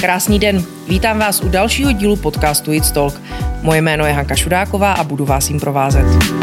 Krásný den, vítám vás u dalšího dílu podcastu It's Talk. Moje jméno je Hanka Šudáková a budu vás jim provázet.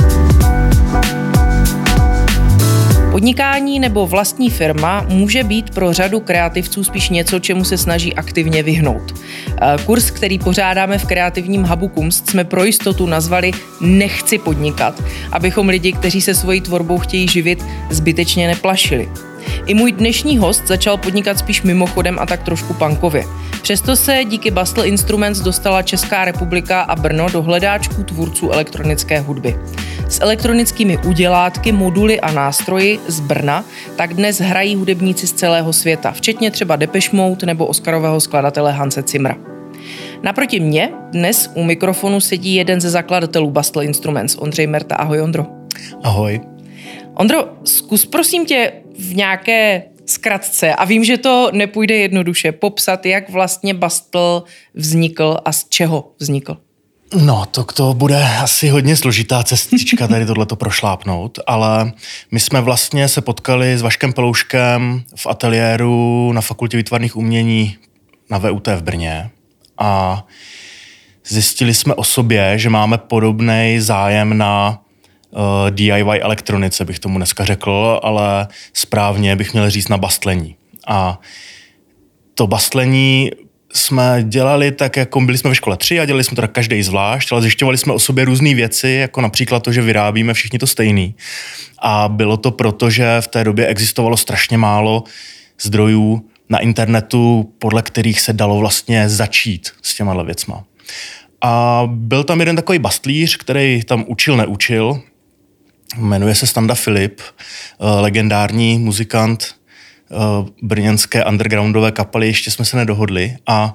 Podnikání nebo vlastní firma může být pro řadu kreativců spíš něco, čemu se snaží aktivně vyhnout. Kurz, který pořádáme v kreativním hubu Kunst, jsme pro jistotu nazvali Nechci podnikat, abychom lidi, kteří se svojí tvorbou chtějí živit, zbytečně neplašili. I můj dnešní host začal podnikat spíš mimochodem a tak trošku punkově. Přesto se díky Bastel Instruments dostala Česká republika a Brno do hledáčků tvůrců elektronické hudby. S elektronickými udělátky, moduly a nástroji z Brna tak dnes hrají hudebníci z celého světa, včetně třeba Depeche Mode nebo oscarového skladatele Hanse Zimmera. Naproti mně dnes u mikrofonu sedí jeden ze zakladatelů Bastel Instruments, Ondřej Merta. Ahoj, Ondro. Ahoj. Ondro, zkus prosím tě v nějaké zkratce, a vím, že to nepůjde jednoduše, popsat, jak vlastně Bastel vznikl a z čeho vznikl. No, to bude asi hodně složitá cestička tady tohleto prošlápnout, ale my jsme vlastně se potkali s Vaškem Pelouškem v ateliéru na Fakultě výtvarných umění na VUT v Brně a zjistili jsme o sobě, že máme podobný zájem na DIY elektronice, bych tomu dneska řekl, ale správně bych měl říct na bastlení. A to bastlení jsme dělali tak, jako byli jsme ve škole 3 a dělali jsme to tak každý zvlášť, ale zjišťovali jsme o sobě různé věci, jako například to, že vyrábíme všichni to stejný. A bylo to proto, že v té době existovalo strašně málo zdrojů na internetu, podle kterých se dalo vlastně začít s těma věcma. A byl tam jeden takový bastlíř, který tam neučil, jmenuje se Standa Filip, legendární muzikant brněnské undergroundové kapely, ještě jsme se nedohodli a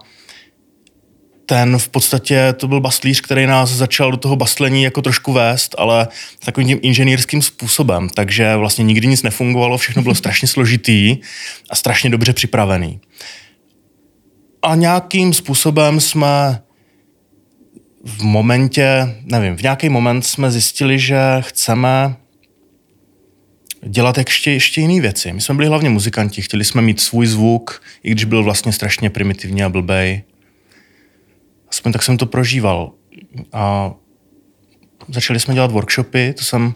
ten v podstatě, to byl bastlíř, který nás začal do toho bastlení jako trošku vést, ale takovým tím inženýrským způsobem, takže vlastně nikdy nic nefungovalo, všechno bylo strašně složitý a strašně dobře připravený. A nějakým způsobem jsme v nějaký moment jsme zjistili, že chceme dělat ještě jiné věci. My jsme byli hlavně muzikanti, chtěli jsme mít svůj zvuk, i když byl vlastně strašně primitivní a blbej. Aspoň tak jsem to prožíval. A začali jsme dělat workshopy,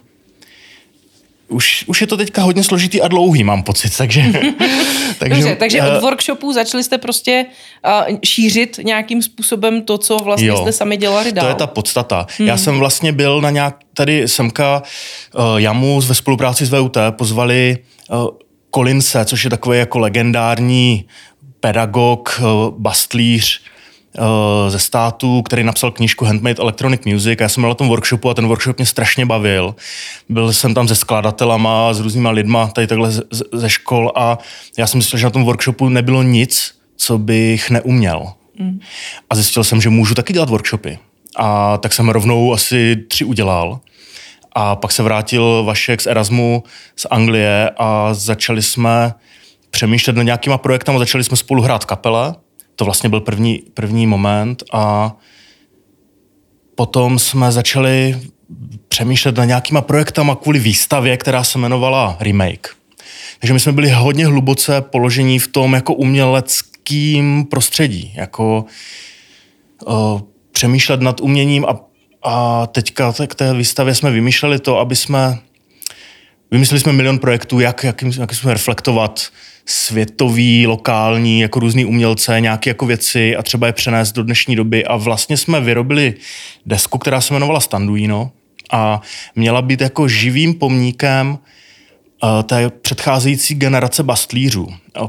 Už je to teďka hodně složitý a dlouhý, mám pocit, takže... Dobře, takže od workshopů začali jste prostě šířit nějakým způsobem to, co vlastně jste sami dělali dál. To je ta podstata. Já jsem vlastně byl na tady semka Jamus ve spolupráci s VUT pozvali Collinse, což je takový jako legendární pedagog, bastlíř ze Států, který napsal knížku Handmade Electronic Music. Já jsem byl na tom workshopu a ten workshop mě strašně bavil. Byl jsem tam se skladatelama, s různýma lidma, tady takhle ze škol a já jsem myslel, že na tom workshopu nebylo nic, co bych neuměl. A zjistil jsem, že můžu taky dělat workshopy. A tak jsem rovnou asi 3 udělal. A pak se vrátil Vašek z Erasmu z Anglie a začali jsme přemýšlet nad nějakýma projektama, začali jsme spolu hrát v kapele. To vlastně byl první moment a potom jsme začali přemýšlet nad nějakýma projektama kvůli výstavě, která se jmenovala Remake. Takže my jsme byli hodně hluboce položení v tom jako uměleckým prostředí, jako přemýšlet nad uměním a teďka k té výstavě jsme vymýšleli to, vymysleli jsme milion projektů, jak jsme reflektovat světový, lokální, jako různý umělce, nějaké jako věci a třeba je přenést do dnešní doby a vlastně jsme vyrobili desku, která se jmenovala Standuino a měla být jako živým pomníkem té předcházející generace bastlířů,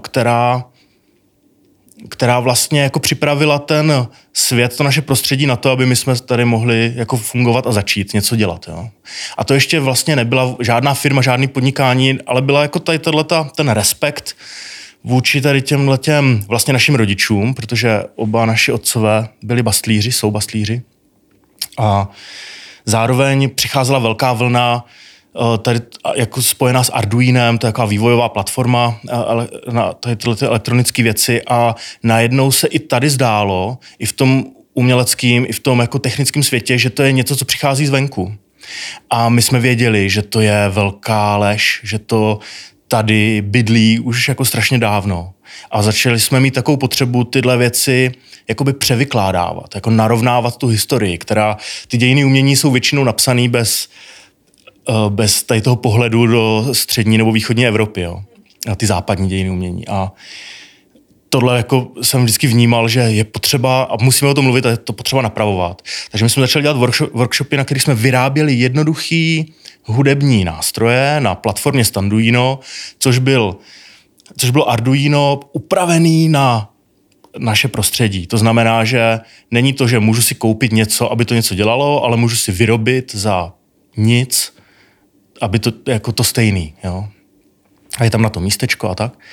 která vlastně jako připravila ten svět, to naše prostředí na to, aby my jsme tady mohli jako fungovat a začít něco dělat. Jo. A to ještě vlastně nebyla žádná firma, žádný podnikání, ale byla jako tady ten respekt vůči tady těmhletěm vlastně našim rodičům, protože oba naši otcové byli bastlíři, jsou bastlíři. A zároveň přicházela velká vlna tady jako spojená s Arduinem, to je taková vývojová platforma na tyhle elektronické věci a najednou se i tady zdálo, i v tom uměleckým, i v tom jako technickém světě, že to je něco, co přichází zvenku. A my jsme věděli, že to je velká lež, že to tady bydlí už jako strašně dávno. A začali jsme mít takovou potřebu tyhle věci jakoby převykládávat, jako narovnávat tu historii, ty dějiny umění jsou většinou napsaný bez tady toho pohledu do střední nebo východní Evropy, jo, a ty západní dějiny umění. A tohle jako jsem vždycky vnímal, že je potřeba, a musíme o tom mluvit, a je to potřeba napravovat. Takže my jsme začali dělat workshopy, na kterých jsme vyráběli jednoduchý hudební nástroje na platformě Standuino, což bylo Arduino upravený na naše prostředí. To znamená, že není to, že můžu si koupit něco, aby to něco dělalo, ale můžu si vyrobit za nic, aby to jako to stejný. Jo? A je tam na to místečko a tak.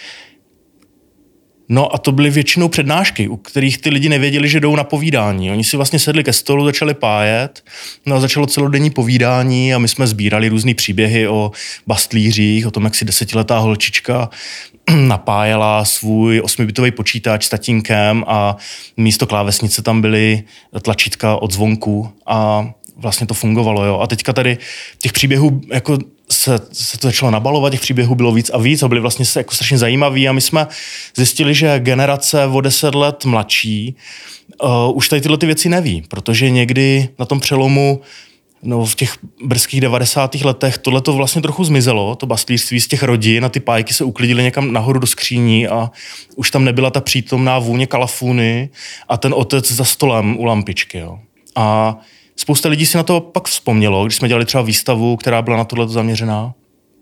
No a to byly většinou přednášky, u kterých ty lidi nevěděli, že jdou na povídání. Oni si vlastně sedli ke stolu, začali pájet, no a začalo celodenní povídání a my jsme sbírali různý příběhy o bastlířích, o tom, jak si 10letá holčička napájela svůj 8bitový počítač s tatínkem a místo klávesnice tam byly tlačítka od zvonku a vlastně to fungovalo. Jo. A teďka tady těch příběhů jako se to začalo nabalovat, těch příběhů bylo víc a víc a byly vlastně jako strašně zajímavý a my jsme zjistili, že generace o 10 let mladší už tady tyhle ty věci neví, protože někdy na tom přelomu v těch brzkých 90. letech tohle to vlastně trochu zmizelo, to bastlířství z těch rodin a ty pájky se uklidily někam nahoru do skříní a už tam nebyla ta přítomná vůně kalafůny a ten otec za stolem u lampičky. Jo. A spousta lidí si na to pak vzpomnělo, když jsme dělali třeba výstavu, která byla na tohleto zaměřená.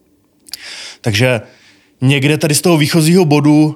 Takže někde tady z toho výchozího bodu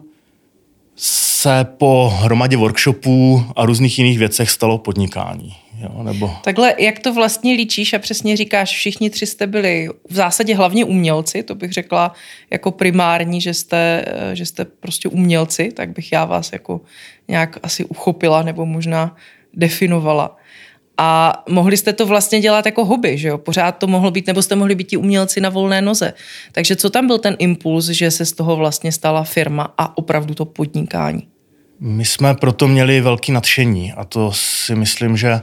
se po hromadě workshopů a různých jiných věcech stalo podnikání. Jo, nebo... Takhle, jak to vlastně líčíš a přesně říkáš, všichni tři jste byli v zásadě hlavně umělci, to bych řekla jako primární, že jste prostě umělci, tak bych já vás jako nějak asi uchopila nebo možná definovala. A mohli jste to vlastně dělat jako hobby, že jo? Pořád to mohlo být, nebo jste mohli být ti umělci na volné noze. Takže co tam byl ten impuls, že se z toho vlastně stala firma a opravdu to podnikání? My jsme proto měli velký nadšení a to si myslím, že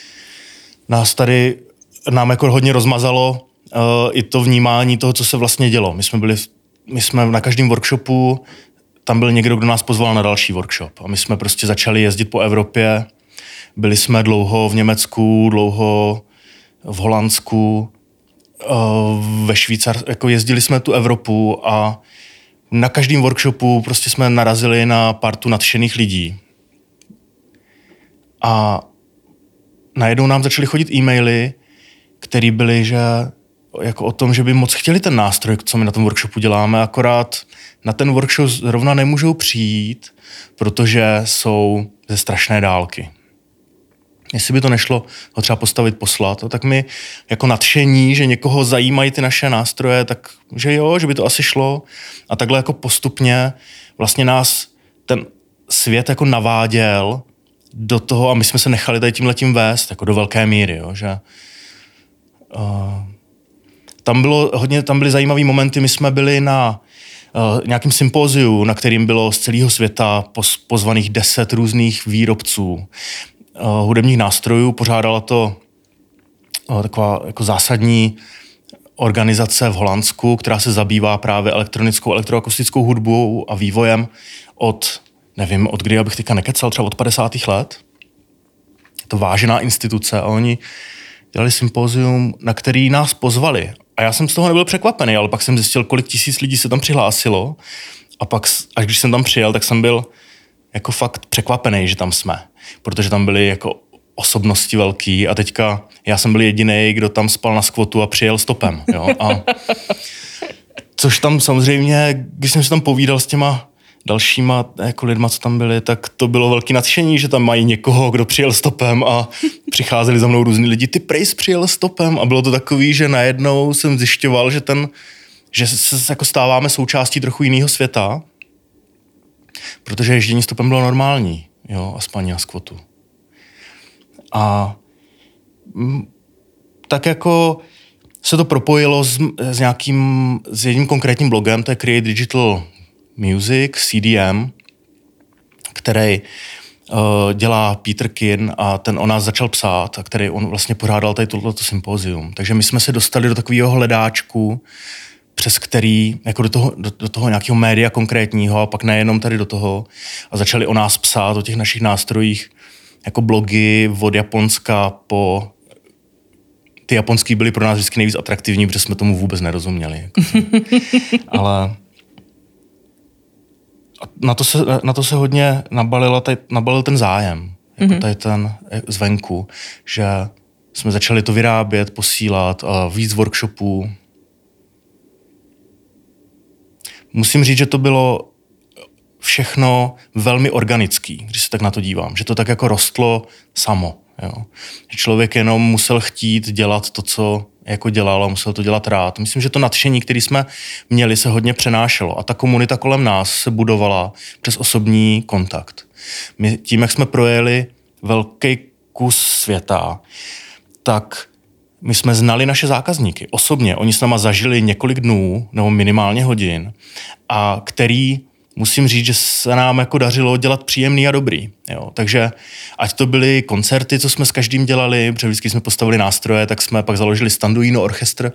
nám jako hodně rozmazalo i to vnímání toho, co se vlastně dělo. My jsme na každém workshopu, tam byl někdo, kdo nás pozval na další workshop a my jsme prostě začali jezdit po Evropě. Byli jsme dlouho v Německu, dlouho v Holandsku, ve Švýcarsku, jako jezdili jsme tu Evropu a na každém workshopu prostě jsme narazili na partu nadšených lidí. A najednou nám začaly chodit e-maily, které byly, že jako o tom, že by moc chtěli ten nástroj, co my na tom workshopu děláme, akorát na ten workshop zrovna nemůžou přijít, protože jsou ze strašné dálky. Jestli by to nešlo ho třeba postavit, poslat, tak my jako nadšení, že někoho zajímají ty naše nástroje, tak že jo, že by to asi šlo. A takhle jako postupně vlastně nás ten svět jako naváděl do toho a my jsme se nechali tady tímhletím vést jako do velké míry, jo, že tam byly zajímavý momenty, my jsme byli na nějakým sympóziu, na kterým bylo z celého světa pozvaných 10 různých výrobců hudebních nástrojů. Pořádala to taková jako zásadní organizace v Holandsku, která se zabývá právě elektronickou, elektroakustickou hudbou a vývojem od kdy, abych teďka nekecal, třeba od 50. let. Je to vážená instituce a oni dělali sympózium, na který nás pozvali. A já jsem z toho nebyl překvapený, ale pak jsem zjistil, kolik tisíc lidí se tam přihlásilo a pak, až když jsem tam přijel, tak jsem byl jako fakt překvapený, že tam jsme. Protože tam byly jako osobnosti velký a teďka já jsem byl jedinej, kdo tam spal na skvotu a přijel stopem. Jo? A což tam samozřejmě, když jsem se tam povídal s těma dalšíma jako lidma, co tam byli, tak to bylo velký nadšení, že tam mají někoho, kdo přijel stopem a přicházeli za mnou různí lidi. Ty Prejs přijel stopem a bylo to takový, že najednou jsem zjišťoval, že se jako stáváme součástí trochu jiného světa, protože ježdění stopem bylo normální, jo, a spaní na skvotu. A tak jako se to propojilo s jedním konkrétním blogem, to je Create Digital Music, CDM, který dělá Peter Kin a ten o nás začal psát a který on vlastně pořádal tady tohleto sympózium. Takže my jsme se dostali do takového hledáčku přes který jako do toho nějakého média konkrétního a pak nejenom tady do toho a začali o nás psát, o těch našich nástrojích, jako blogy od Japonska po... Ty japonský byly pro nás vždycky nejvíc atraktivní, protože jsme tomu vůbec nerozuměli. Jako. Ale na to se hodně nabalil ten zájem, jako tady ten zvenku, že jsme začali to vyrábět, posílat, víc workshopů. Musím říct, že to bylo všechno velmi organický, když se tak na to dívám, že to tak jako rostlo samo. Jo. Že člověk jenom musel chtít dělat to, co jako dělal a musel to dělat rád. Myslím, že to nadšení, které jsme měli, se hodně přenášelo a ta komunita kolem nás se budovala přes osobní kontakt. My tím, jak jsme projeli velký kus světa, tak my jsme znali naše zákazníky osobně. Oni s náma zažili několik dnů nebo minimálně hodin a který musím říct, že se nám jako dařilo dělat příjemný a dobrý. Jo. Takže ať to byly koncerty, co jsme s každým dělali, protože vždycky jsme postavili nástroje, tak jsme pak založili Standuino orchestr,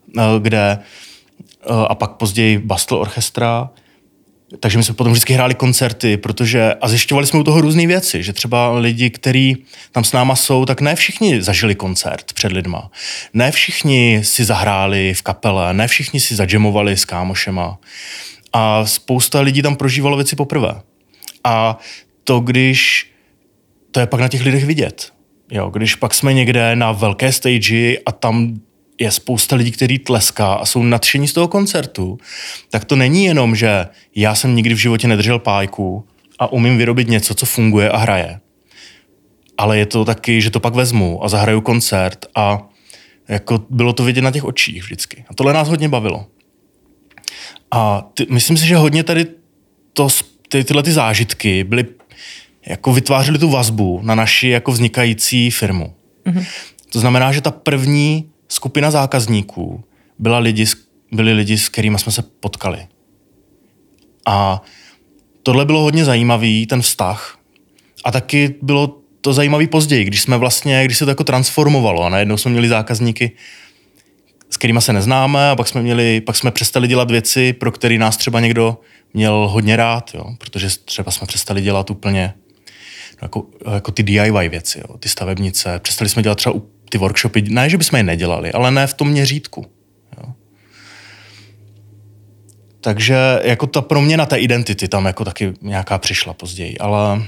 a pak později Bastl orchestra. Takže my jsme potom vždycky hráli koncerty, a zjišťovali jsme u toho různé věci, že třeba lidi, kteří tam s náma jsou, tak ne všichni zažili koncert před lidma. Ne všichni si zahráli v kapele, ne všichni si zadžemovali s kámošema. A spousta lidí tam prožívalo věci poprvé. A to je pak na těch lidech vidět. Jo, když pak jsme někde na velké stage a tam je spousta lidí, kteří tleská a jsou nadšení z toho koncertu, tak to není jenom, že já jsem nikdy v životě nedržel pájku a umím vyrobit něco, co funguje a hraje. Ale je to taky, že to pak vezmu a zahraju koncert a jako bylo to vidět na těch očích vždycky. A tohle nás hodně bavilo. A myslím si, že hodně tady tyhle zážitky byly, jako vytvářely tu vazbu na naši jako vznikající firmu. Mm-hmm. To znamená, že ta první skupina zákazníků byli lidi, s kterými jsme se potkali. A tohle bylo hodně zajímavý, ten vztah. A taky bylo to zajímavý později, když se to jako transformovalo a najednou jsme měli zákazníky, s kterýma se neznáme a pak jsme přestali dělat věci, pro které nás třeba někdo měl hodně rád, jo? Protože třeba jsme přestali dělat úplně jako ty DIY věci, jo? Ty stavebnice. Přestali jsme dělat třeba ty workshopy, ne, že bychom je nedělali, ale ne v tom měřítku. Jo? Takže jako ta proměna té identity tam jako taky nějaká přišla později, ale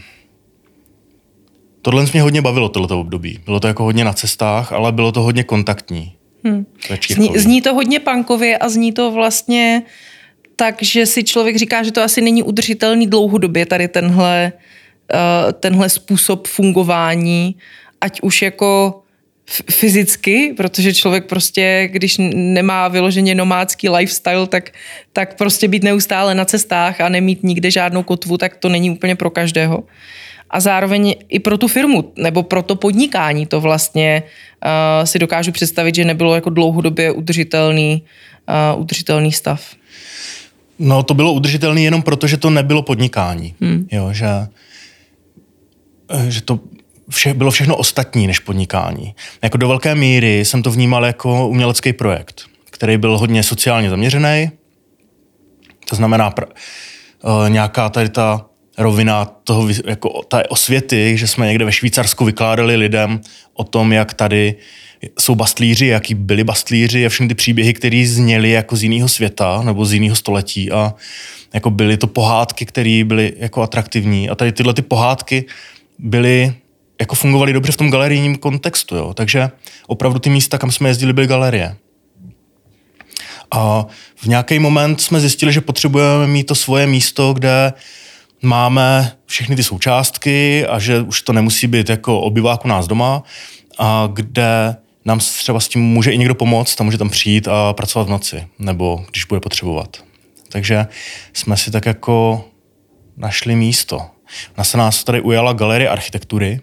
tohle mě hodně bavilo tohleto období. Bylo to jako hodně na cestách, ale bylo to hodně kontaktní. Zní to hodně punkově a zní to vlastně tak, že si člověk říká, že to asi není udržitelný dlouhodobě tady tenhle způsob fungování, ať už jako fyzicky, protože člověk prostě, když nemá vyloženě nomádský lifestyle, tak prostě být neustále na cestách a nemít nikde žádnou kotvu, tak to není úplně pro každého. A zároveň i pro tu firmu, nebo pro to podnikání to vlastně si dokážu představit, že nebylo jako dlouhodobě udržitelný stav. No, to bylo udržitelný jenom proto, že to nebylo podnikání. Jo, že to bylo všechno ostatní než podnikání. Jako do velké míry jsem to vnímal jako umělecký projekt, který byl hodně sociálně zaměřený. To znamená nějaká tady ta rovina toho, jako té osvěty, že jsme někde ve Švýcarsku vykládali lidem o tom, jak tady jsou bastlíři, jaký byli bastlíři a všechny ty příběhy, které zněly jako z jiného světa nebo z jiného století a jako byly to pohádky, které byly jako atraktivní a tady tyhle ty pohádky jako fungovaly dobře v tom galerijním kontextu, jo. Takže opravdu ty místa, kam jsme jezdili, byly galerie. A v nějaký moment jsme zjistili, že potřebujeme mít to svoje místo, kde máme všechny ty součástky a že už to nemusí být jako obyvák u nás doma a kde nám třeba s tím může i někdo pomoct a může tam přijít a pracovat v noci, nebo když bude potřebovat. Takže jsme si tak jako našli místo. Nás tady ujala galerie architektury,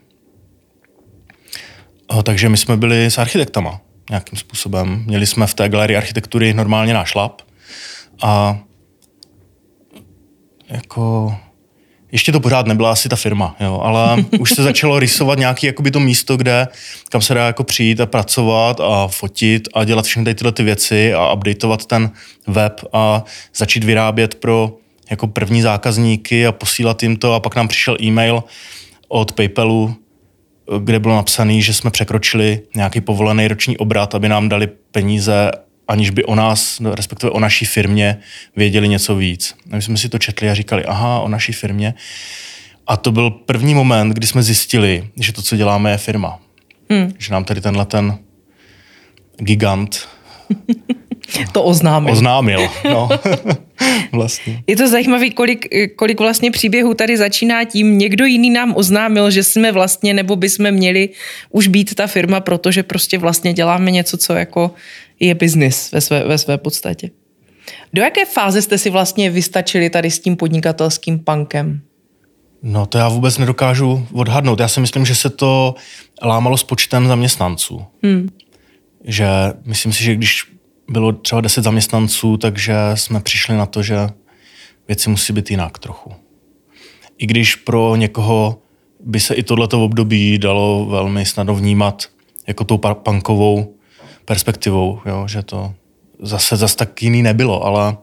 takže my jsme byli s architektama nějakým způsobem. Měli jsme v té galerii architektury normálně náš lab a jako ještě to pořád nebyla asi ta firma, jo, ale už se začalo rysovat nějaký jakoby to místo, kam se dá jako přijít a pracovat a fotit a dělat všechny tyhle ty věci a updateovat ten web a začít vyrábět pro jako první zákazníky a posílat jim to a pak nám přišel e-mail od PayPalu, kde bylo napsané, že jsme překročili nějaký povolený roční obrat, aby nám dali peníze, aniž by o nás, respektive o naší firmě, věděli něco víc. My jsme si to četli a říkali, aha, o naší firmě. A to byl první moment, kdy jsme zjistili, že to, co děláme, je firma. Že nám tady tenhle ten gigant to oznámil. No. Vlastně. Je to zajímavé, kolik vlastně příběhů tady začíná tím, někdo jiný nám oznámil, že jsme vlastně, nebo bychom měli už být ta firma, protože prostě vlastně děláme něco, co jako je biznis ve své podstatě. Do jaké fáze jste si vlastně vystačili tady s tím podnikatelským punkem? No to já vůbec nedokážu odhadnout. Já si myslím, že se to lámalo s počtem zaměstnanců. Že myslím si, že když bylo třeba 10 zaměstnanců, takže jsme přišli na to, že věci musí být jinak trochu. I když pro někoho by se i tohleto období dalo velmi snadno vnímat jako tou punkovou perspektivou, jo? Že to zase tak jiný nebylo, ale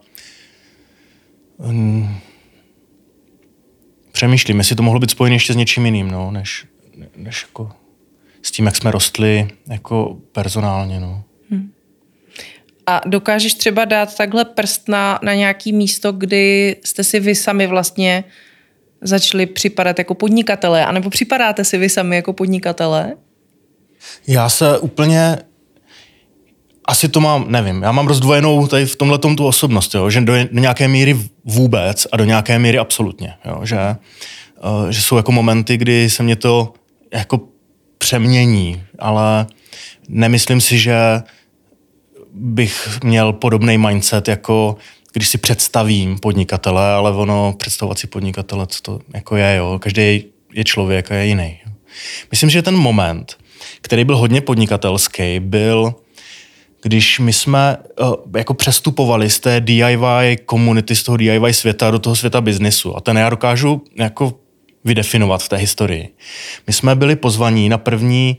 přemýšlím, jestli to mohlo být spojené ještě s něčím jiným, no, než jako s tím, jak jsme rostli jako personálně. No. A dokážeš třeba dát takhle prst na nějaký místo, kdy jste si vy sami vlastně začali připadat jako podnikatelé, anebo připadáte si vy sami jako podnikatelé? Já se úplně, asi to mám, nevím, já mám rozdvojenou tady v tomhletom tu osobnost, jo, že do nějaké míry vůbec a do nějaké míry absolutně, jo, že jsou jako momenty, kdy se mě to jako přemění, ale nemyslím si, že bych měl podobný mindset, jako když si představím podnikatele, ale ono představovat si podnikatele, co to jako je, jo. Každý je člověk a je jiný. Jo. Myslím, že ten moment, který byl hodně podnikatelský, byl, když my jsme jako přestupovali z té DIY komunity, z toho DIY světa do toho světa biznisu. A ten já dokážu jako vydefinovat v té historii. My jsme byli pozvaní na první,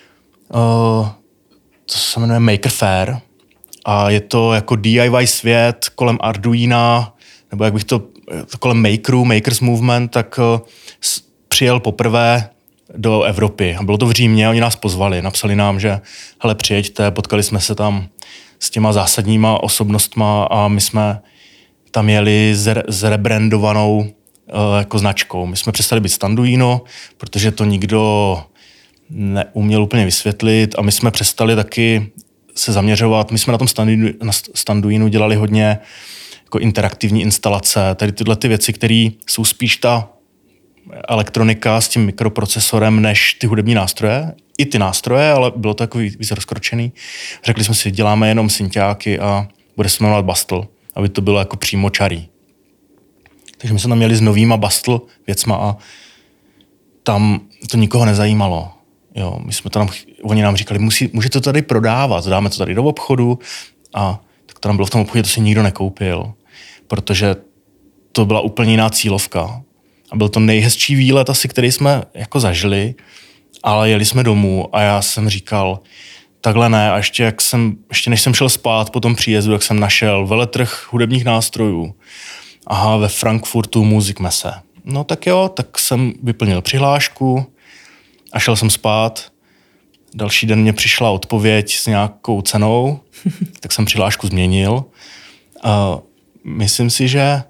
to se jmenuje Maker Faire, a je to jako DIY svět kolem Arduina, nebo jak bych to kolem Makers Movement, tak přijel poprvé do Evropy. A bylo to v Římě, oni nás pozvali, napsali nám, že hele, přijeďte, potkali jsme se tam s těma zásadníma osobnostma a my jsme tam jeli s rebrandovanou jako značkou. My jsme přestali být Standuino, protože to nikdo neuměl úplně vysvětlit a my jsme přestali taky se zaměřovat. My jsme na tom Standuinu dělali hodně jako interaktivní instalace, tady tyhle ty věci, které jsou spíš ta elektronika s tím mikroprocesorem než ty hudební nástroje. I ty nástroje, ale bylo to takový víc rozkročený. Řekli jsme si, děláme jenom synťáky a bude se jmenovat Bastel, aby to bylo jako přímočarý. Takže my jsme tam měli s novýma Bastel věcma a tam to nikoho nezajímalo. Jo, my jsme tam, oni nám říkali, můžete to tady prodávat, dáme to tady do obchodu a tak to tam bylo v tom obchodě, to si nikdo nekoupil, protože to byla úplně jiná cílovka. A byl to nejhezčí výlet asi, který jsme jako zažili, ale jeli jsme domů a já jsem říkal, takhle ne, a ještě než jsem šel spát po tom příjezdu, jak jsem našel veletrh hudebních nástrojů. Aha, ve Frankfurtu Musikmesse. No tak jo, tak jsem vyplnil přihlášku a šel jsem spát. Další den mě přišla odpověď s nějakou cenou, tak jsem přihlášku změnil. A myslím si, že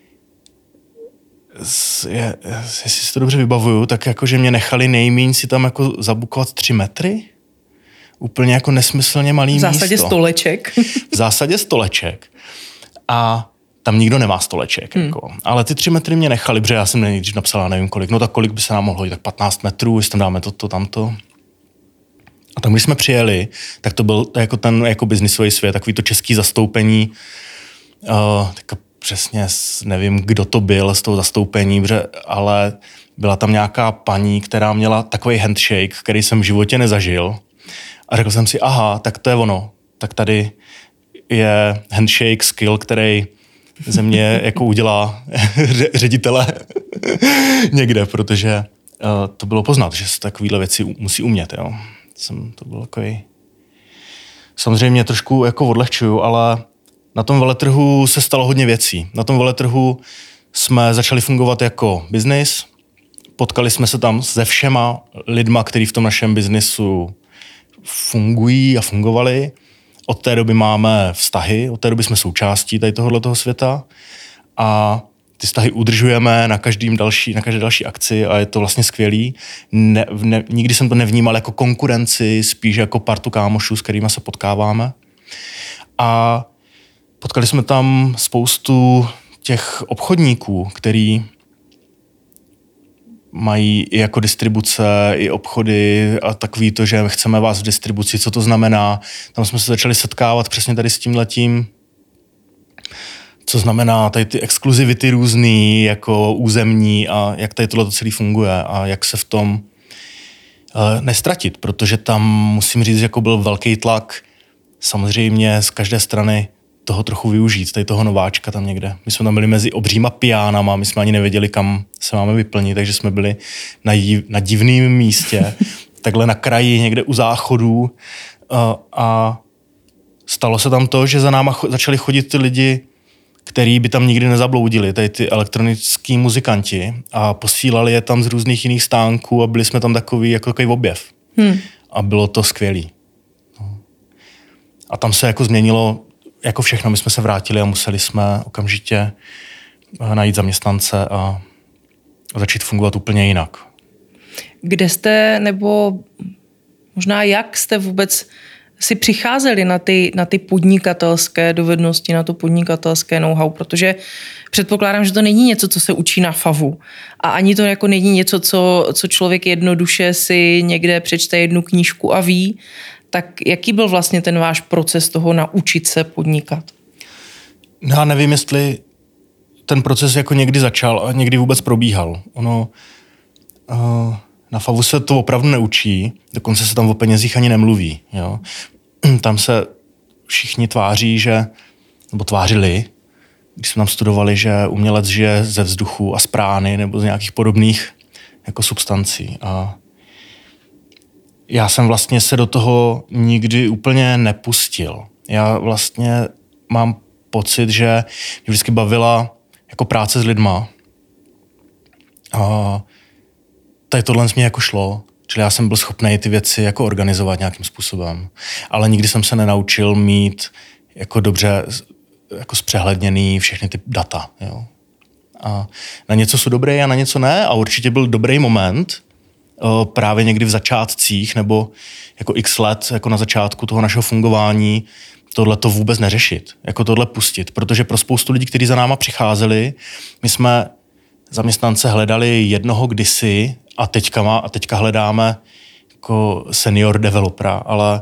jestli si to dobře vybavuju, tak jako, že mě nechali nejmíň si tam jako zabukovat 3 metry. Úplně jako nesmyslně malý místo. V zásadě stoleček. V zásadě stoleček. A tam nikdo nemá stoleček. Jako. Ale ty 3 metry mě nechali, protože já jsem nejdřív napsala, nevím kolik, no tak kolik by se nám mohlo jít, tak 15 metrů, jestli tam dáme toto, tamto. A tam, když jsme přijeli, tak to byl jako ten jako biznisový svět, takový to český zastoupení, tak přesně nevím, kdo to byl z toho zastoupení, ale byla tam nějaká paní, která měla takový handshake, který jsem v životě nezažil. A řekl jsem si, aha, tak to je ono. Tak tady je handshake skill, který ze mě jako udělá ředitele někde, protože to bylo poznat, že se takovýhle věci musí umět. Jo. To bylo takový... Samozřejmě trošku jako odlehčuju, ale na tom veletrhu se stalo hodně věcí. Na tom veletrhu jsme začali fungovat jako biznis, potkali jsme se tam se všema lidma, kteří v tom našem biznisu fungují a fungovali. Od té doby máme vztahy, od té doby jsme součástí tady tohoto světa a ty vztahy udržujeme na každé další akci a je to vlastně skvělý. Nikdy jsem to nevnímal jako konkurenci, spíš jako partu kámošů, s kterými se potkáváme. A potkali jsme tam spoustu těch obchodníků, který mají i jako distribuce, i obchody a takový to, že chceme vás v distribuci, co to znamená. Tam jsme se začali setkávat přesně tady s tímhletím, co znamená tady ty exkluzivity různý, jako územní a jak tady tohle celý funguje a jak se v tom nestratit, protože tam musím říct, jako byl velký tlak samozřejmě z každé strany toho trochu využít, tady toho nováčka tam někde. My jsme tam byli mezi obříma piánama, my jsme ani nevěděli, kam se máme vyplnit, takže jsme byli na divném místě, takhle na kraji někde u záchodů a stalo se tam to, že za náma začali chodit ty lidi, který by tam nikdy nezabloudili, tady ty elektronický muzikanti a posílali je tam z různých jiných stánků a byli jsme tam takový objev. A bylo to skvělý. A tam se jako změnilo jako všechno, my jsme se vrátili a museli jsme okamžitě najít zaměstnance a začít fungovat úplně jinak. Kde jste, nebo možná jak jste vůbec si přicházeli na ty podnikatelské dovednosti, na to podnikatelské know-how, protože předpokládám, že to není něco, co se učí na FAVu a ani to jako není něco, co člověk jednoduše si někde přečte jednu knížku a ví. Tak jaký byl vlastně ten váš proces toho naučit se podnikat? No, já nevím, jestli ten proces jako někdy začal a někdy vůbec probíhal. Na FAVu se to opravdu neučí, dokonce se tam o penězích ani nemluví. Jo. Tam se všichni tváří, nebo tvářili, když jsme tam studovali, že umělec žije ze vzduchu a z prány nebo z nějakých podobných jako substancí. A já jsem vlastně se do toho nikdy úplně nepustil. Já vlastně mám pocit, že mě vždycky bavila jako práce s lidma. A tady tohle mě jako šlo. Čili já jsem byl schopný ty věci jako organizovat nějakým způsobem. Ale nikdy jsem se nenaučil mít jako dobře jako zpřehledněný všechny ty data. Jo. A na něco jsou dobré a na něco ne. A určitě byl dobrý moment, právě někdy v začátcích nebo jako x let jako na začátku toho našeho fungování tohle to vůbec neřešit, jako tohle pustit, protože pro spoustu lidí, kteří za náma přicházeli, my jsme zaměstnance hledali jednoho kdysi a teďka hledáme jako senior developera, ale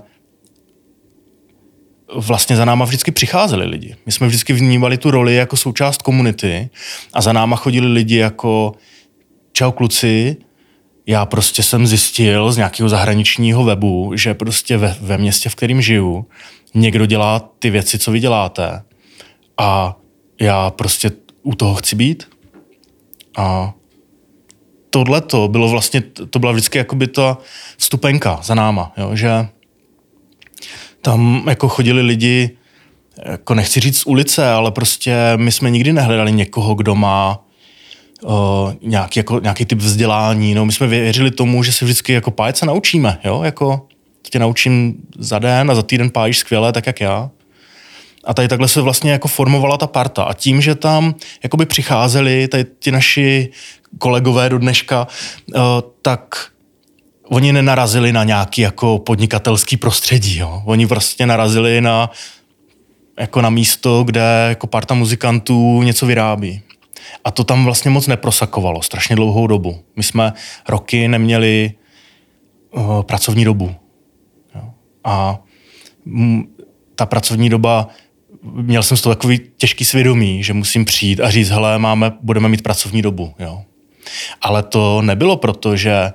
vlastně za náma vždycky přicházeli lidi. My jsme vždycky vnímali tu roli jako součást komunity a za náma chodili lidi jako čau kluci, já prostě jsem zjistil z nějakého zahraničního webu, že prostě ve městě, v kterém žiju, někdo dělá ty věci, co vy děláte a já prostě u toho chci být. A tohleto bylo vlastně, to byla vždycky jakoby ta vstupenka za náma, jo, že tam jako chodili lidi, jako nechci říct z ulice, ale prostě my jsme nikdy nehledali někoho, kdo má nějaký typ vzdělání. No, my jsme věřili tomu, že se vždycky jako pájet se naučíme. Jo? Jako, tě naučím za den a za týden pájíš skvěle, tak jak já. A tady takhle se vlastně jako formovala ta parta. A tím, že tam jakoby přicházeli tady ti naši kolegové do dneška, tak oni nenarazili na nějaký jako podnikatelský prostředí. Jo? Oni prostě narazili na místo, kde jako parta muzikantů něco vyrábí. A to tam vlastně moc neprosakovalo, strašně dlouhou dobu. My jsme roky neměli pracovní dobu. Jo. A ta pracovní doba, měl jsem z toho takový těžký svědomí, že musím přijít a říct, hele, budeme mít pracovní dobu. Jo. Ale to nebylo proto, že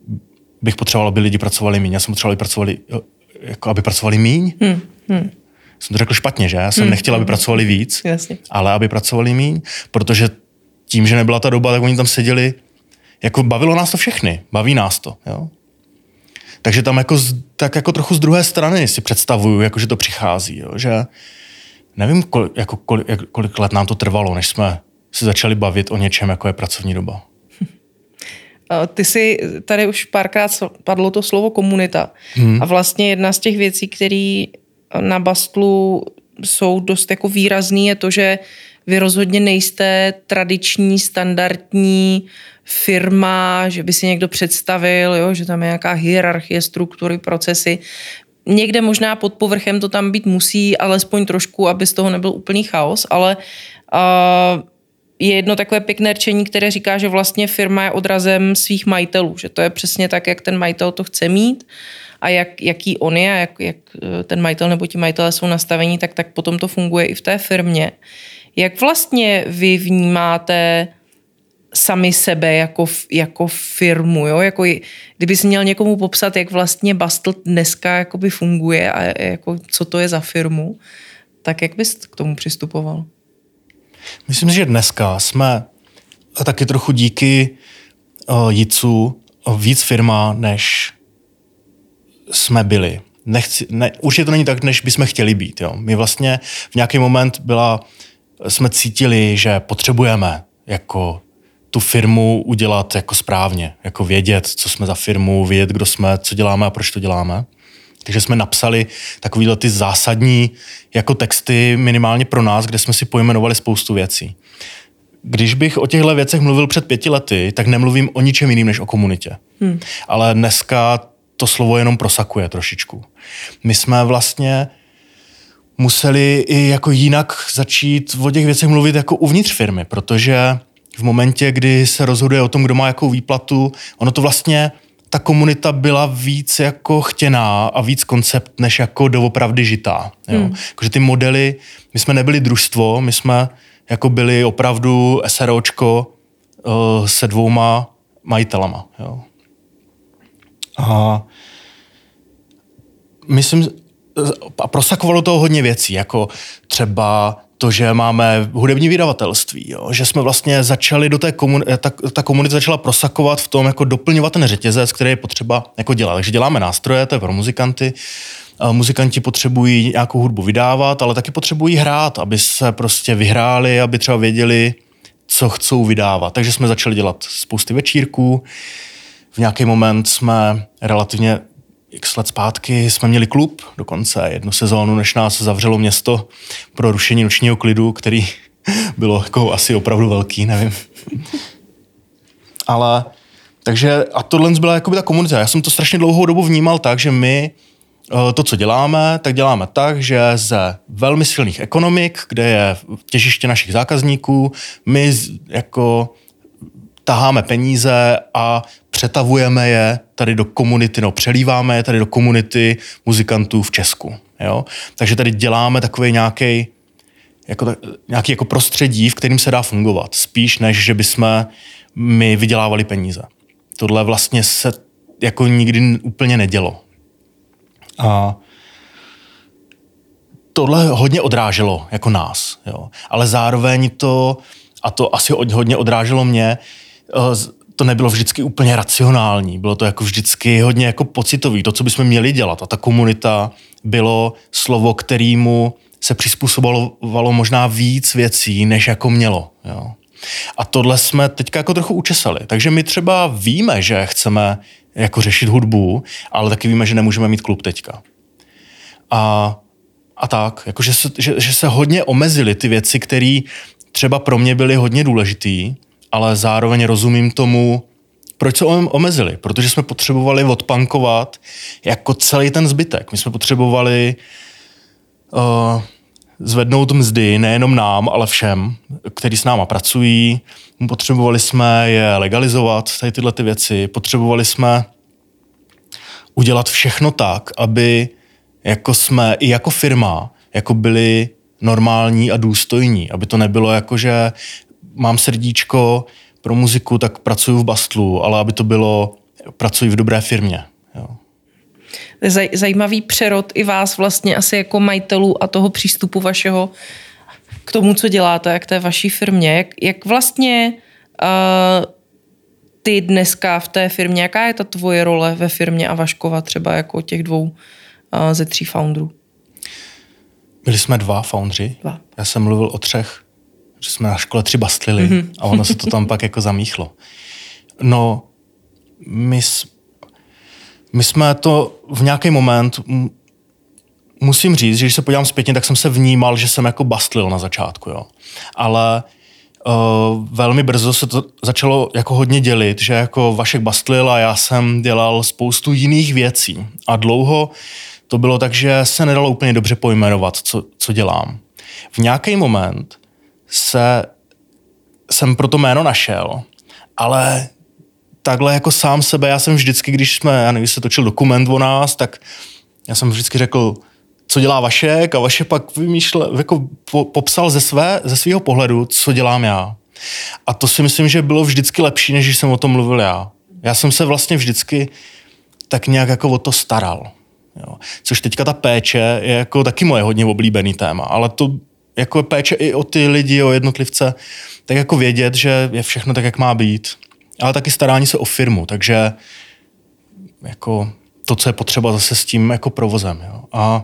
bych potřeboval, aby lidi pracovali míň. Já jsem potřeboval, aby pracovali míň. jsem to řekl špatně, že? Já jsem nechtěl, aby pracovali víc, Jasně. ale aby pracovali míň, protože tím, že nebyla ta doba, tak oni tam seděli, jako bavilo nás to všechny, baví nás to, jo. Takže tam tak jako trochu z druhé strany si představuju, jako že to přichází, jo? Že nevím, kolik let nám to trvalo, než jsme se začali bavit o něčem, jako je pracovní doba. Ty si tady už párkrát padlo to slovo komunita. A vlastně jedna z těch věcí, které na Bastlu jsou dost jako výrazný, je to, že vy rozhodně nejste tradiční, standardní firma, že by si někdo představil, jo, že tam je nějaká hierarchie, struktury, procesy. Někde možná pod povrchem to tam být musí, alespoň trošku, aby z toho nebyl úplný chaos, ale je jedno takové pěkné rčení, které říká, že vlastně firma je odrazem svých majitelů, že to je přesně tak, jak ten majitel to chce mít a jaký on je a jak ten majitel nebo ti majitelé jsou nastavení, tak potom to funguje i v té firmě. Jak vlastně vy vnímáte sami sebe jako firmu, jo? Jako, kdyby jsi měl někomu popsat, jak vlastně Bastl dneska jakoby funguje a jako, co to je za firmu, tak jak bys k tomu přistupoval? Myslím, že dneska jsme taky trochu díky Jitsu víc firma, než jsme byli. Určitě to není tak, než bychom chtěli být. Jo. My vlastně v nějaký moment jsme cítili, že potřebujeme jako tu firmu udělat jako správně, jako vědět, co jsme za firmu, vědět, kdo jsme, co děláme a proč to děláme. Takže jsme napsali takovýhle ty zásadní jako texty minimálně pro nás, kde jsme si pojmenovali spoustu věcí. Když bych o těchto věcech mluvil před 5 lety, tak nemluvím o ničem jiným než o komunitě. Ale dneska to slovo jenom prosakuje trošičku. My jsme vlastně museli i jako jinak začít o těch věcech mluvit jako uvnitř firmy, protože v momentě, kdy se rozhoduje o tom, kdo má jakou výplatu, ono to vlastně ta komunita byla víc jako chtěná a víc koncept, než jako doopravdy žitá. Jo? Jakože ty modely, my jsme nebyli družstvo, my jsme jako byli opravdu SROčko se 2 majitelama. Jo? A myslím, a prosakovalo toho hodně věcí, jako třeba to, že máme hudební vydavatelství, jo? Že jsme vlastně začali do té ta komunita začala prosakovat v tom, jako doplňovat ten řetězec, který je potřeba jako dělat. Takže děláme nástroje, to je pro muzikanty. Muzikanti potřebují nějakou hudbu vydávat, ale taky potřebují hrát, aby se prostě vyhráli, aby třeba věděli, co chcou vydávat. Takže jsme začali dělat spousty večírků. V nějaký moment jsme relativně x let zpátky jsme měli klub, dokonce 1 sezónu, než nás zavřelo město pro rušení nočního klidu, který bylo jako asi opravdu velký, nevím. Ale, takže, a tohle byla jakoby ta komunita. Já jsem to strašně dlouhou dobu vnímal tak, že my to, co děláme, tak děláme tak, že ze velmi silných ekonomik, kde je těžiště našich zákazníků, my jako taháme peníze a přetavujeme je tady do komunity, přelíváme je tady do komunity muzikantů v Česku. Jo? Takže tady děláme takový nějaký jako prostředí, v kterém se dá fungovat. Spíš, než že bychom my vydělávali peníze. Tohle vlastně se jako nikdy úplně nedělo. A tohle hodně odráželo jako nás. Jo? Ale zároveň to asi hodně odráželo mě, to nebylo vždycky úplně racionální, bylo to jako vždycky hodně jako pocitový, to, co bychom měli dělat. A ta komunita bylo slovo, kterému se přizpůsobovalo možná víc věcí, než jako mělo. Jo. A tohle jsme teďka jako trochu učesali. Takže my třeba víme, že chceme jako řešit hudbu, ale taky víme, že nemůžeme mít klub teďka. A tak, jako že se hodně omezily ty věci, které třeba pro mě byly hodně důležitý, ale zároveň rozumím tomu, proč se omezili. Protože jsme potřebovali odpankovat jako celý ten zbytek. My jsme potřebovali zvednout mzdy nejenom nám, ale všem, kteří s náma pracují. Potřebovali jsme je legalizovat, tady tyhle ty věci. Potřebovali jsme udělat všechno tak, aby jako jsme i jako firma jako byli normální a důstojní. Aby to nebylo jako, že mám srdíčko pro muziku, tak pracuji v Bastlu, ale aby to bylo, pracuji v dobré firmě. Jo. zajímavý přerod i vás vlastně asi jako majitelů a toho přístupu vašeho k tomu, co děláte, k té vaší firmě. Jak vlastně ty dneska v té firmě, jaká je ta tvoje role ve firmě a Vaškova třeba jako těch dvou ze 3 founderů? Byli jsme 2 foundři. Já jsem mluvil o 3, že jsme na škole 3 bastlili a ono se to tam pak jako zamíchlo. No, my jsme to v nějaký moment, musím říct, že když se podívám zpětně, tak jsem se vnímal, že jsem jako bastlil na začátku, jo. Ale velmi brzo se to začalo jako hodně dělit, že jako Vašek bastlil a já jsem dělal spoustu jiných věcí. A dlouho to bylo tak, že se nedalo úplně dobře pojmenovat, co dělám. V nějaký moment jsem pro to jméno našel, ale takhle jako sám sebe, já jsem vždycky, když se točil dokument o nás, tak já jsem vždycky řekl, co dělá Vašek, a Vašek pak vymýšlel, jako popsal ze svého pohledu, co dělám já. A to si myslím, že bylo vždycky lepší, než když jsem o tom mluvil já. Já jsem se vlastně vždycky tak nějak jako o to staral. Jo. Což teďka ta péče je jako taky moje hodně oblíbený téma, ale to jako péče i o ty lidi, o jednotlivce, tak jako vědět, že je všechno tak, jak má být. Ale taky starání se o firmu, takže jako to, co je potřeba zase s tím jako provozem. Jo. A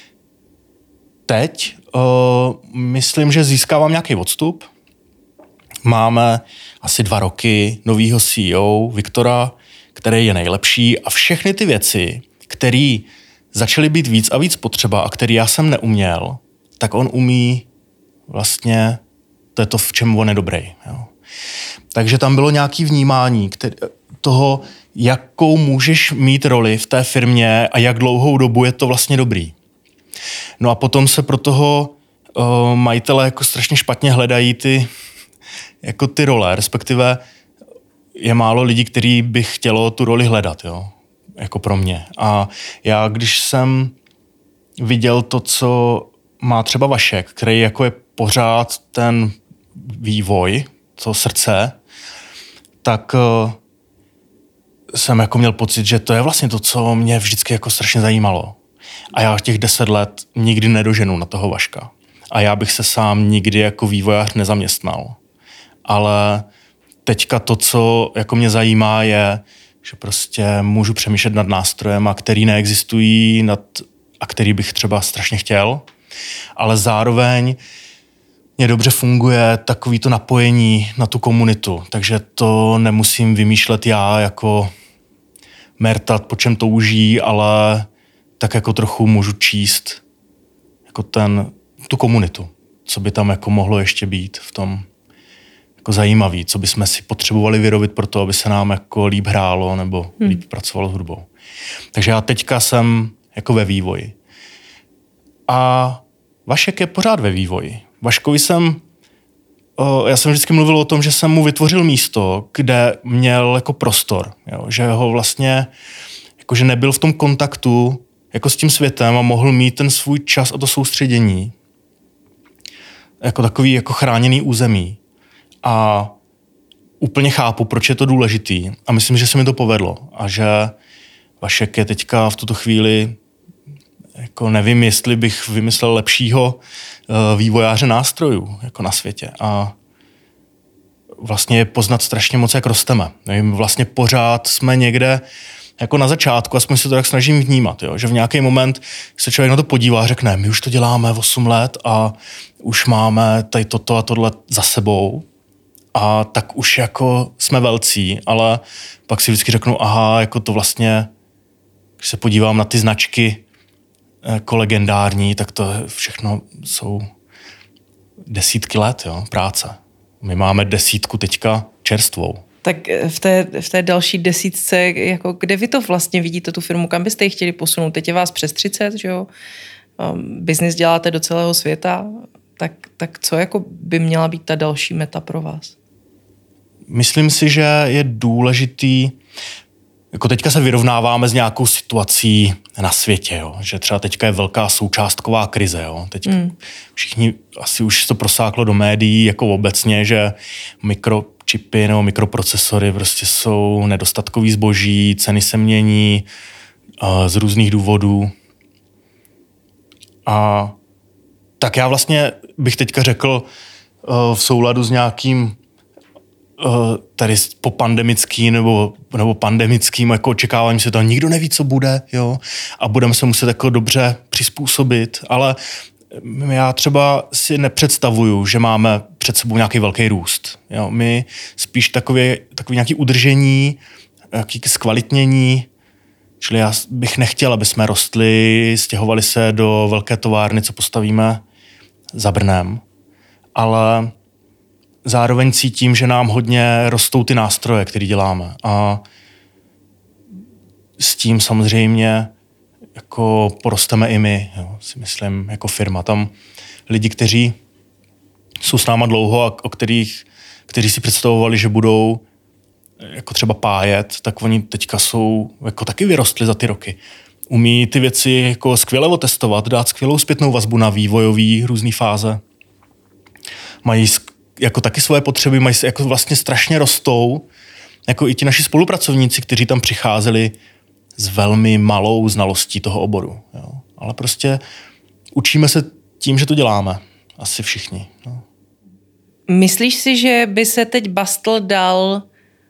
teď myslím, že získávám nějaký odstup. Máme asi 2 roky novýho CEO Viktora, který je nejlepší, a všechny ty věci, které začaly být víc a víc potřeba a které já jsem neuměl, tak on umí vlastně, to je to, v čem on je dobrý. Jo. Takže tam bylo nějaké vnímání toho, jakou můžeš mít roli v té firmě a jak dlouhou dobu je to vlastně dobrý. No a potom se pro toho majitele jako strašně špatně hledají ty role, respektive je málo lidí, kteří by chtělo tu roli hledat, jo, jako pro mě. A já, když jsem viděl to, co má třeba Vašek, který jako je pořád ten vývoj, to srdce, tak jsem jako měl pocit, že to je vlastně to, co mě vždycky jako strašně zajímalo. A já těch 10 let nikdy nedoženu na toho Vaška. A já bych se sám nikdy jako vývojář nezaměstnal. Ale teďka to, co jako mě zajímá, je, že prostě můžu přemýšlet nad nástrojem, a který neexistují, a který bych třeba strašně chtěl. Ale zároveň mě dobře funguje takový to napojení na tu komunitu. Takže to nemusím vymýšlet já jako mertat, po čem touží, ale tak jako trochu můžu číst jako tu komunitu, co by tam jako mohlo ještě být v tom jako zajímavý, co bychom si potřebovali vyrobit pro to, aby se nám jako líp hrálo nebo líp pracovalo s hudbou. Takže já teďka jsem jako ve vývoji. A Vašek je pořád ve vývoji. Vaškovi já jsem vždycky mluvil o tom, že jsem mu vytvořil místo, kde měl jako prostor, jo? Že ho vlastně, jako že nebyl v tom kontaktu jako s tím světem a mohl mít ten svůj čas a to soustředění jako takový jako chráněný území. A úplně chápu, proč je to důležitý, a myslím, že se mi to povedlo a že Vašek je teďka v tuto chvíli, jako nevím, jestli bych vymyslel lepšího vývojáře nástrojů jako na světě, a vlastně je poznat strašně moc, jak rosteme. Vlastně pořád jsme někde jako na začátku, aspoň se to tak snažím vnímat, jo? Že v nějaký moment se člověk na to podívá a řekne, my už to děláme 8 let a už máme tady toto a tohle za sebou, a tak už jako jsme velcí, ale pak si vždycky řeknu, aha, jako to vlastně, když se podívám na ty značky jako legendární, tak to všechno jsou desítky let, jo, práce. My máme 10 teďka čerstvou. Tak v té další 10, jako kde vy to vlastně vidíte, tu firmu, kam byste ji chtěli posunout? Teď je vás přes 30, že jo? Biznis děláte do celého světa, tak co jako by měla být ta další meta pro vás? Myslím si, že je důležitý, jako teďka se vyrovnáváme s nějakou situací na světě, jo? Že třeba teďka je velká součástková krize. Jo? Teď všichni asi už to prosáklo do médií jako obecně, že mikročipy nebo mikroprocesory prostě jsou nedostatkový zboží, ceny se mění, z různých důvodů. A tak já vlastně bych teďka řekl v souladu s nějakým tady popandemickým nebo pandemickým jako očekáváním se to, nikdo neví, co bude, jo, a budeme se muset jako dobře přizpůsobit, ale já třeba si nepředstavuju, že máme před sebou nějaký velký růst. Jo. My spíš takový nějaký udržení, nějaký zkvalitnění, čili já bych nechtěl, aby jsme rostli, stěhovali se do velké továrny, co postavíme za Brnem, ale zároveň cítím, že nám hodně rostou ty nástroje, které děláme. A s tím samozřejmě jako porosteme i my, jo, si myslím, jako firma. Tam lidi, kteří jsou s náma dlouho a kteří si představovali, že budou jako třeba pájet, tak oni teďka jsou, jako taky vyrostli za ty roky. Umí ty věci jako skvěle otestovat, dát skvělou zpětnou vazbu na vývojový různý fáze. Mají jako taky svoje potřeby, mají jako vlastně strašně rostou, jako i ti naši spolupracovníci, kteří tam přicházeli s velmi malou znalostí toho oboru. Jo. Ale prostě učíme se tím, že to děláme. Asi všichni. No. Myslíš si, že by se teď Bastl dal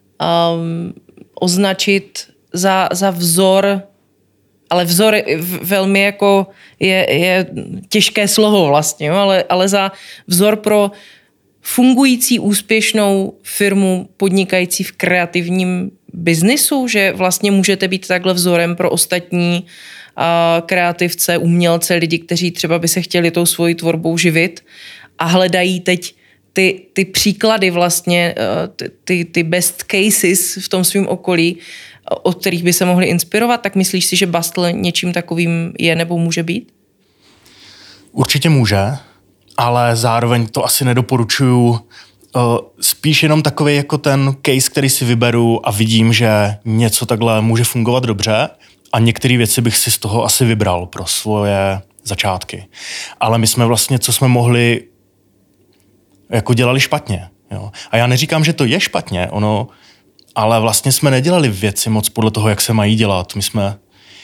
označit za vzor, ale vzor velmi jako je těžké slovo vlastně, jo? Ale za vzor pro fungující úspěšnou firmu podnikající v kreativním biznisu, že vlastně můžete být takhle vzorem pro ostatní kreativce, umělce, lidi, kteří třeba by se chtěli tou svojí tvorbou živit a hledají teď ty příklady vlastně, ty best cases v tom svém okolí, od kterých by se mohli inspirovat, tak myslíš si, že Bastl něčím takovým je nebo může být? Určitě může, ale zároveň to asi nedoporučuju. Spíš jenom takový jako ten case, který si vyberu a vidím, že něco takhle může fungovat dobře a některé věci bych si z toho asi vybral pro svoje začátky. Ale my jsme vlastně, co jsme mohli, jako dělali špatně. Jo. A já neříkám, že to je špatně, ale vlastně jsme nedělali věci moc podle toho, jak se mají dělat. My jsme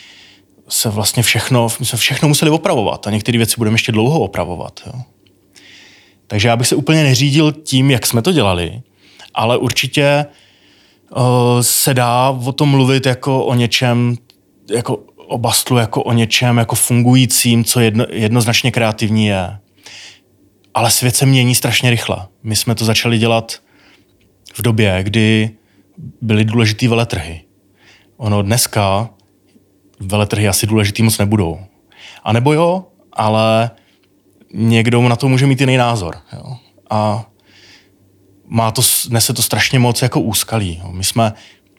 všechno museli opravovat a některé věci budeme ještě dlouho opravovat. Jo. Takže já bych se úplně neřídil tím, jak jsme to dělali, ale určitě se dá o tom mluvit jako o něčem, jako o Bastlu, jako o něčem jako fungujícím, co jednoznačně kreativní je. Ale svět se mění strašně rychle. My jsme to začali dělat v době, kdy byly důležitý veletrhy. Dneska veletrhy asi důležitý moc nebudou. A nebo jo, ale někdo na to může mít jiný názor. Jo. A nese to strašně moc jako úskalí. Jo. My jsme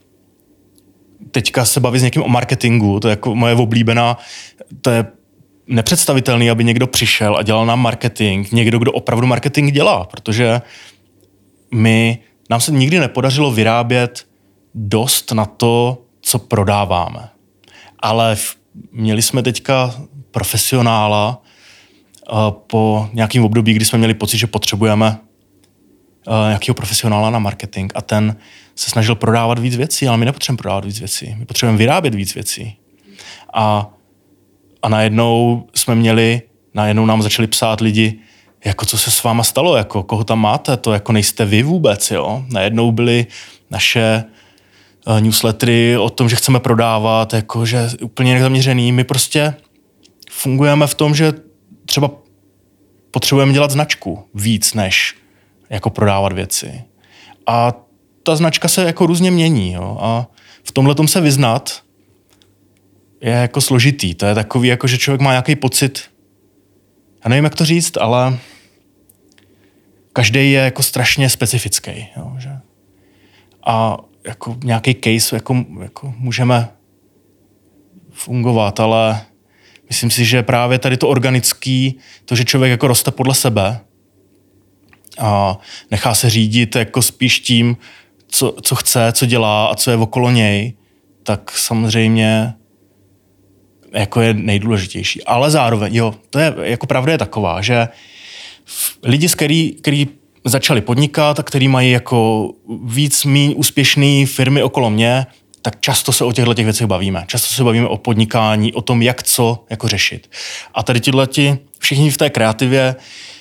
teďka se baví s někým o marketingu, to je jako moje oblíbená, to je nepředstavitelný, aby někdo přišel a dělal nám marketing, někdo, kdo opravdu marketing dělá, protože nám se nikdy nepodařilo vyrábět dost na to, co prodáváme. Ale měli jsme teďka profesionála po nějakém období, kdy jsme měli pocit, že potřebujeme nějakého profesionála na marketing a ten se snažil prodávat víc věcí, ale my nepotřebujeme prodávat víc věcí. My potřebujeme vyrábět víc věcí. A najednou nám začali psát lidi, jako co se s váma stalo, jako koho tam máte, to jako nejste vy vůbec, jo. Najednou byly naše newslettery o tom, že chceme prodávat, jako že úplně jinak zaměřený. My prostě fungujeme v tom, že třeba potřebujeme dělat značku víc, než jako prodávat věci. A ta značka se jako různě mění, jo. A v tomhletom se vyznat je jako složitý. To je takový, jako že člověk má nějaký pocit, já nevím, jak to říct, ale každý je jako strašně specifický. Jo, že? A jako nějaký case jako můžeme fungovat, ale myslím si, že právě tady to organický, to, že člověk jako roste podle sebe a nechá se řídit jako spíš tím, co chce, co dělá a co je okolo něj, tak samozřejmě jako je nejdůležitější. Ale zároveň, jo, to je, jako pravda je taková, že lidi, který začali podnikat a který mají jako víc míň úspěšný firmy okolo mě, tak často se o těchto věcech bavíme. Často se bavíme o podnikání, o tom, jak co jako řešit. A tady všichni v té kreativě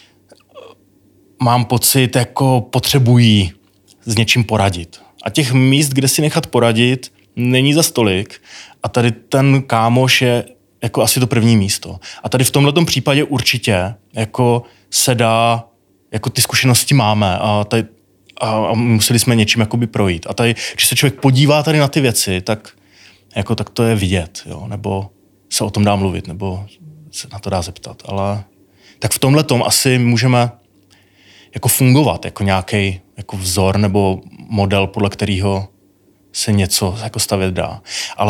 mám pocit, jako potřebují s něčím poradit. A těch míst, kde si nechat poradit, není za stolik. A tady ten kámoš je jako asi to první místo. A tady v tomhletom případě určitě jako se dá, jako ty zkušenosti máme a museli jsme něčím jakoby projít. A tady, když se člověk podívá tady na ty věci, tak to je vidět, jo? Nebo se o tom dá mluvit, nebo se na to dá zeptat. Ale tak v tomhletom asi můžeme jako fungovat jako nějaký jako vzor nebo model, podle kterého se něco jako stavět dá. Ale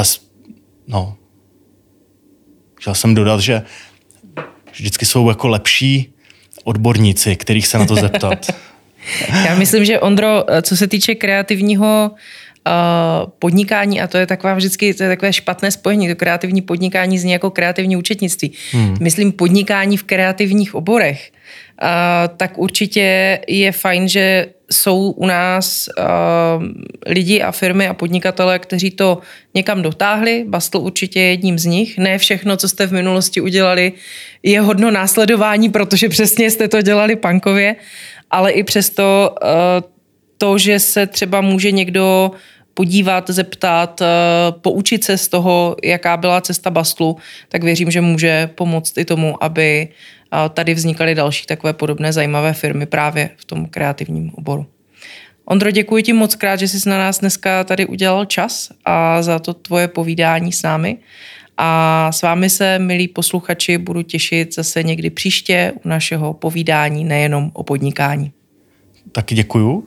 chtěl jsem dodat, že vždycky jsou jako lepší odborníci, kterých se na to zeptat. Já myslím, že Ondro, co se týče kreativního podnikání, a to je takové špatné spojení, to kreativní podnikání zní jako kreativní účetnictví. Myslím podnikání v kreativních oborech. Tak určitě je fajn, že jsou u nás lidi a firmy a podnikatelé, kteří to někam dotáhli. Bastl určitě je jedním z nich. Ne všechno, co jste v minulosti udělali, je hodno následování, protože přesně jste to dělali punkově, ale i přesto to, že se třeba může někdo podívat, zeptat, poučit se z toho, jaká byla cesta Bastlu, tak věřím, že může pomoct i tomu, aby tady vznikaly další takové podobné zajímavé firmy právě v tom kreativním oboru. Ondro, děkuji ti moc krát, že jsi na nás dneska tady udělal čas a za to tvoje povídání s námi. A s vámi se, milí posluchači, budu těšit zase někdy příště u našeho povídání nejenom o podnikání. Taky děkuju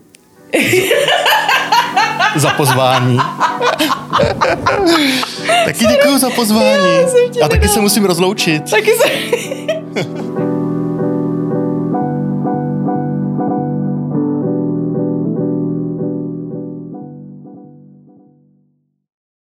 za pozvání. Taky děkuju za pozvání. A taky se musím rozloučit. Taky se...